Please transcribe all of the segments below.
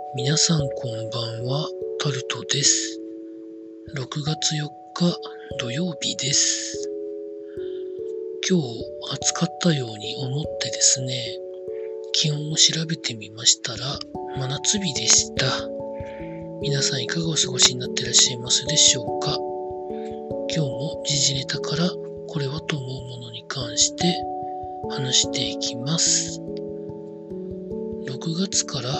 皆さんこんばんは、タルトです。6月4日土曜日です。今日暑かったように思ってですね、気温を調べてみましたら真夏日でした。皆さんいかがお過ごしになっていらっしゃいますでしょうか。今日も時事ネタからこれはと思うものに関して話していきます。6月から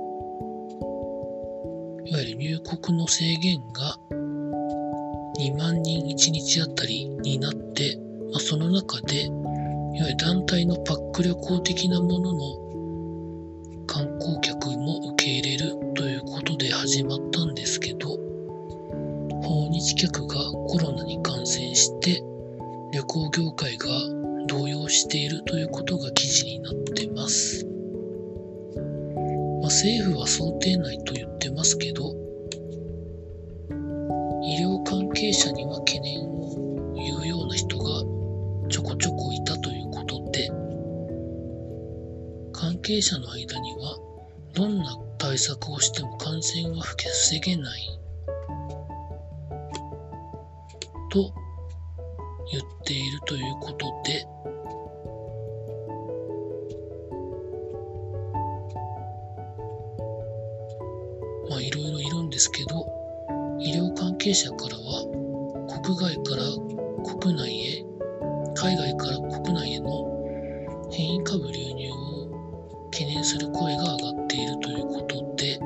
いわゆる入国の制限が2万人1日あたりになって、その中でいわゆる団体のパック旅行的なものの観光客も受け入れるということで始まったんですけど、訪日客がコロナに感染して旅行業界が動揺しているということが記事になってます。政府は想定内と言ってますけど、医療関係者には懸念を言うような人がちょこちょこいたということで、関係者の間にはどんな対策をしても感染は防げないと言っているということで、いろいろいるんですけど、医療関係者からは国外から国内へ、海外から国内への変異株流入を懸念する声が上がっているということで、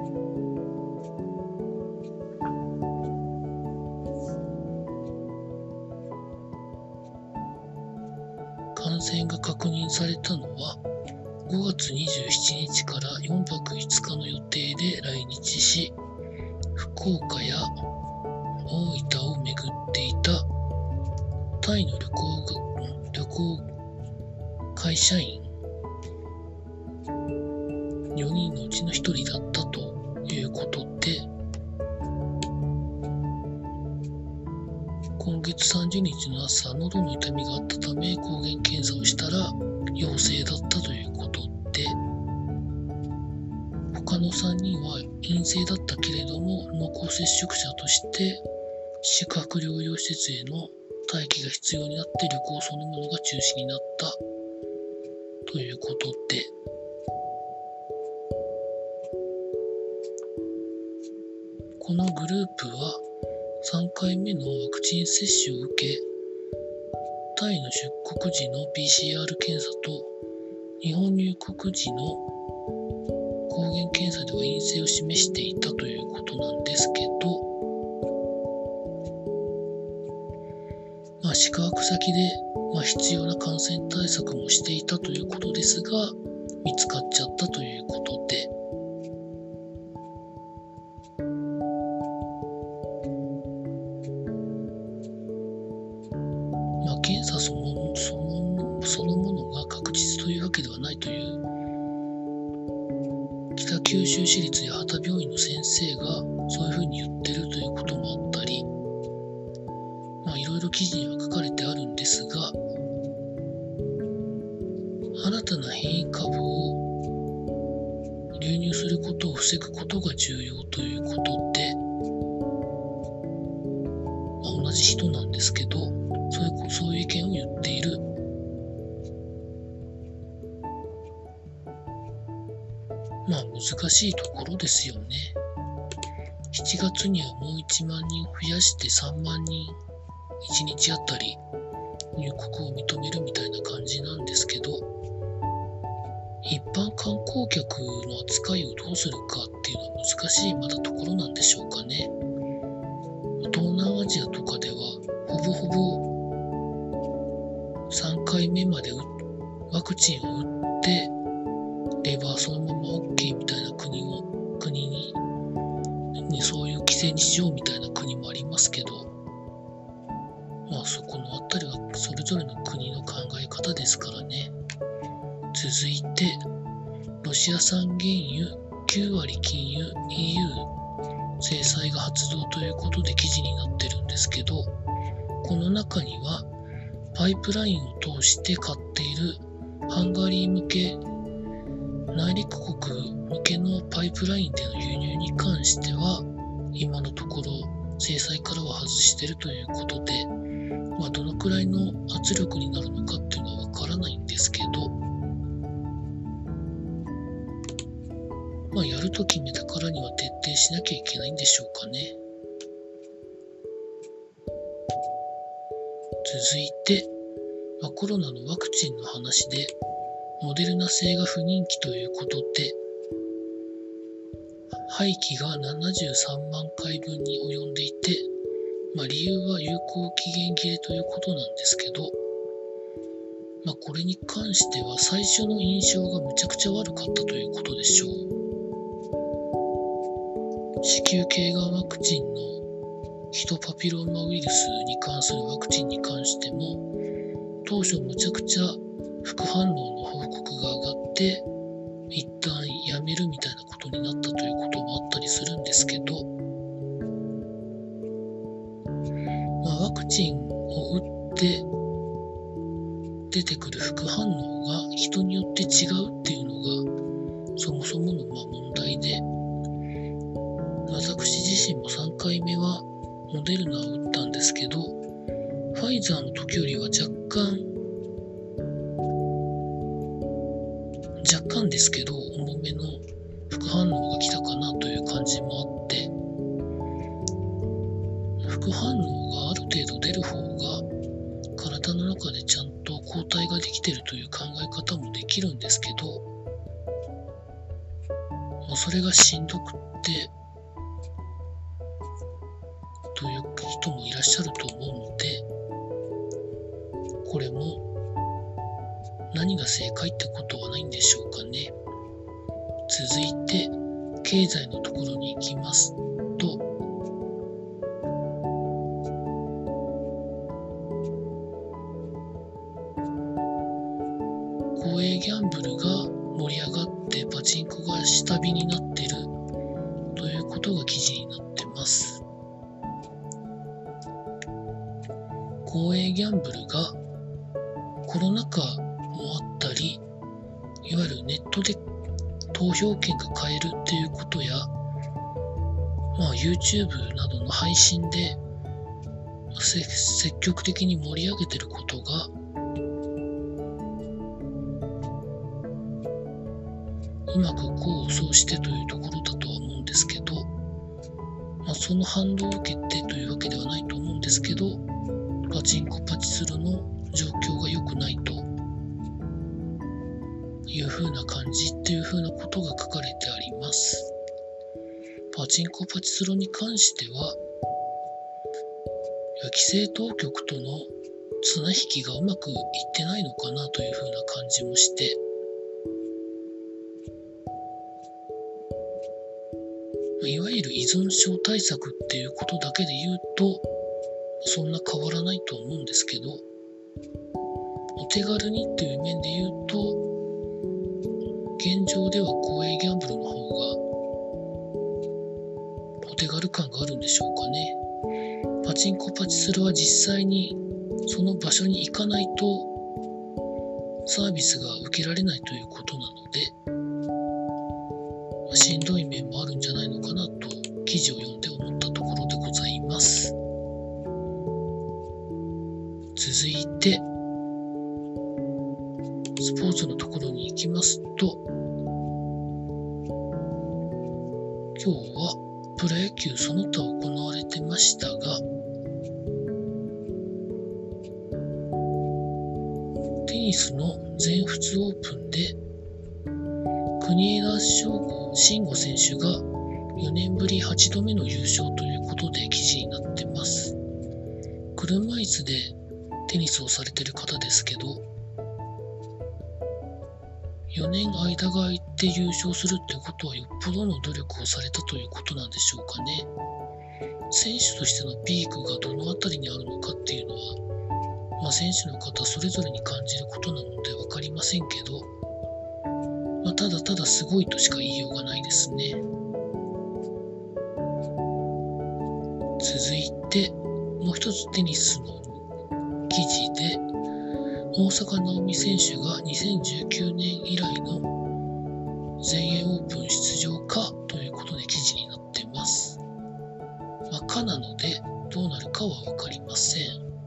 感染が確認されたのは5月27日から4泊5日の予定で来日し、福岡や大分を巡っていたタイの旅行会社員4人のうちの1人だったということで、今月30日の朝、喉の痛みがあったため抗原検査をしたら陽性だったということで、他の3人は陰性だったけれども濃厚接触者として宿泊療養施設への待機が必要になって旅行そのものが中止になったということで、このグループは3回目のワクチン接種を受け、タイの出国時の PCR 検査と日本入国時の抗原検査では陰性を示していたということなんですけど、宿泊先で必要な感染対策もしていたということですが、見つかっちゃったということで、検査そのものが確実というわけではないという、北九州市立八幡病院の先生がそういうふうに言ってるということもあったり、いろいろ記事には書かれてあるんですが、新たな変異株を流入することを防ぐことが重要ということで、同じ人なんですけど、そういう意見を言っている。難しいところですよね。7月にはもう1万人増やして3万人1日あたり入国を認めるみたいな感じなんですけど、一般観光客の扱いをどうするかっていうのは難しいまだところなんでしょうかね。東南アジアとかではほぼほぼ3回目までワクチンを打ってればそのまま OK みたいな国にそういう規制にしようみたいな国もありますけど、そこのあたりはそれぞれの国の考え方ですからね。続いて、ロシア産原油9割禁輸 EU 制裁が発動ということで記事になってるんですけど、この中にはパイプラインを通して買っているハンガリー向け内陸国向けのパイプラインでの輸入に関しては、今のところ制裁からは外しているということで、どのくらいの圧力になるのかっていうのはわからないんですけど、やると決めたからには徹底しなきゃいけないんでしょうかね。続いて、コロナのワクチンの話で、モデルナ製が不人気ということで、廃棄が73万回分に及んでいて、理由は有効期限切れということなんですけど、これに関しては最初の印象がむちゃくちゃ悪かったということでしょう。子宮頸がんワクチンのヒトパピローマウイルスに関するワクチンに関しても、当初むちゃくちゃ副反応の報告が上がって、一旦やめるみたいなことになったということもあったりするんですけど、ワクチンを打って出てくる副反応が人によって違うっていうのがそもそもの問題で、私自身も3回目はモデルナを打ったんですけど、ファイザーの時よりは若干ですけど重めの副反応が来たかなという感じもあって、副反応がある程度出る方が体の中でちゃんと抗体ができているという考え方もできるんですけど、それがしんどくってという人もいらっしゃると思うので、これも何が正解ってことはないんでしょうかね。続いて経済のところに行きますと、公営ギャンブルが盛り上がってパチンコが下火になっているということが記事になってます。公営ギャンブルがコロナ禍もあったり、いわゆるネットで投票権が買えるっていうことや、YouTube などの配信で積極的に盛り上げていることが、うまく功を奏してというところだとは思うんですけど、その反動を受けてというわけではないと思うんですけど、パチンコパチスロの状況が良くないという風な感じっていう風なことが書かれてあります。パチンコパチスロに関しては、規制当局との綱引きがうまくいってないのかなという風な感じもして、いわゆる依存症対策っていうことだけで言うと、そんな変わらないと思うんですけど、お手軽にっていう面で言うと、現状では公営ギャンブルの方がお手軽感があるんでしょうかね。パチンコパチスロは実際にその場所に行かないとサービスが受けられないということなので、しんどい面もあるんじゃないのかなと記事を読んで思ったところでございます。続いてスポーツのところに行きますと、今日はプロ野球その他行われてましたが、テニスの全仏オープンで国枝慎吾選手が4年ぶり8度目の優勝ということで記事になってます。車椅子でテニスをされている方ですけど、4年間が空いて優勝するってことはよっぽどの努力をされたということなんでしょうかね。選手としてのピークがどのあたりにあるのかっていうのは、選手の方それぞれに感じることなので分かりませんけど、ただただすごいとしか言いようがないですね。続いてもう一つテニスの記事で、大坂なおみ選手が2019年以来の全英オープン出場かということで記事になっています。かなのでどうなるかはわかりません。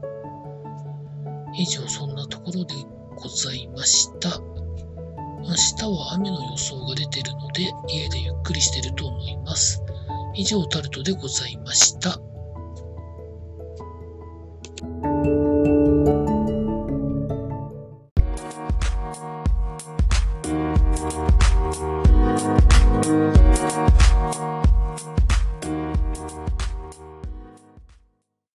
以上そんなところでございました。明日は雨の予想が出ているので家でゆっくりしていると思います。以上タルトでございました。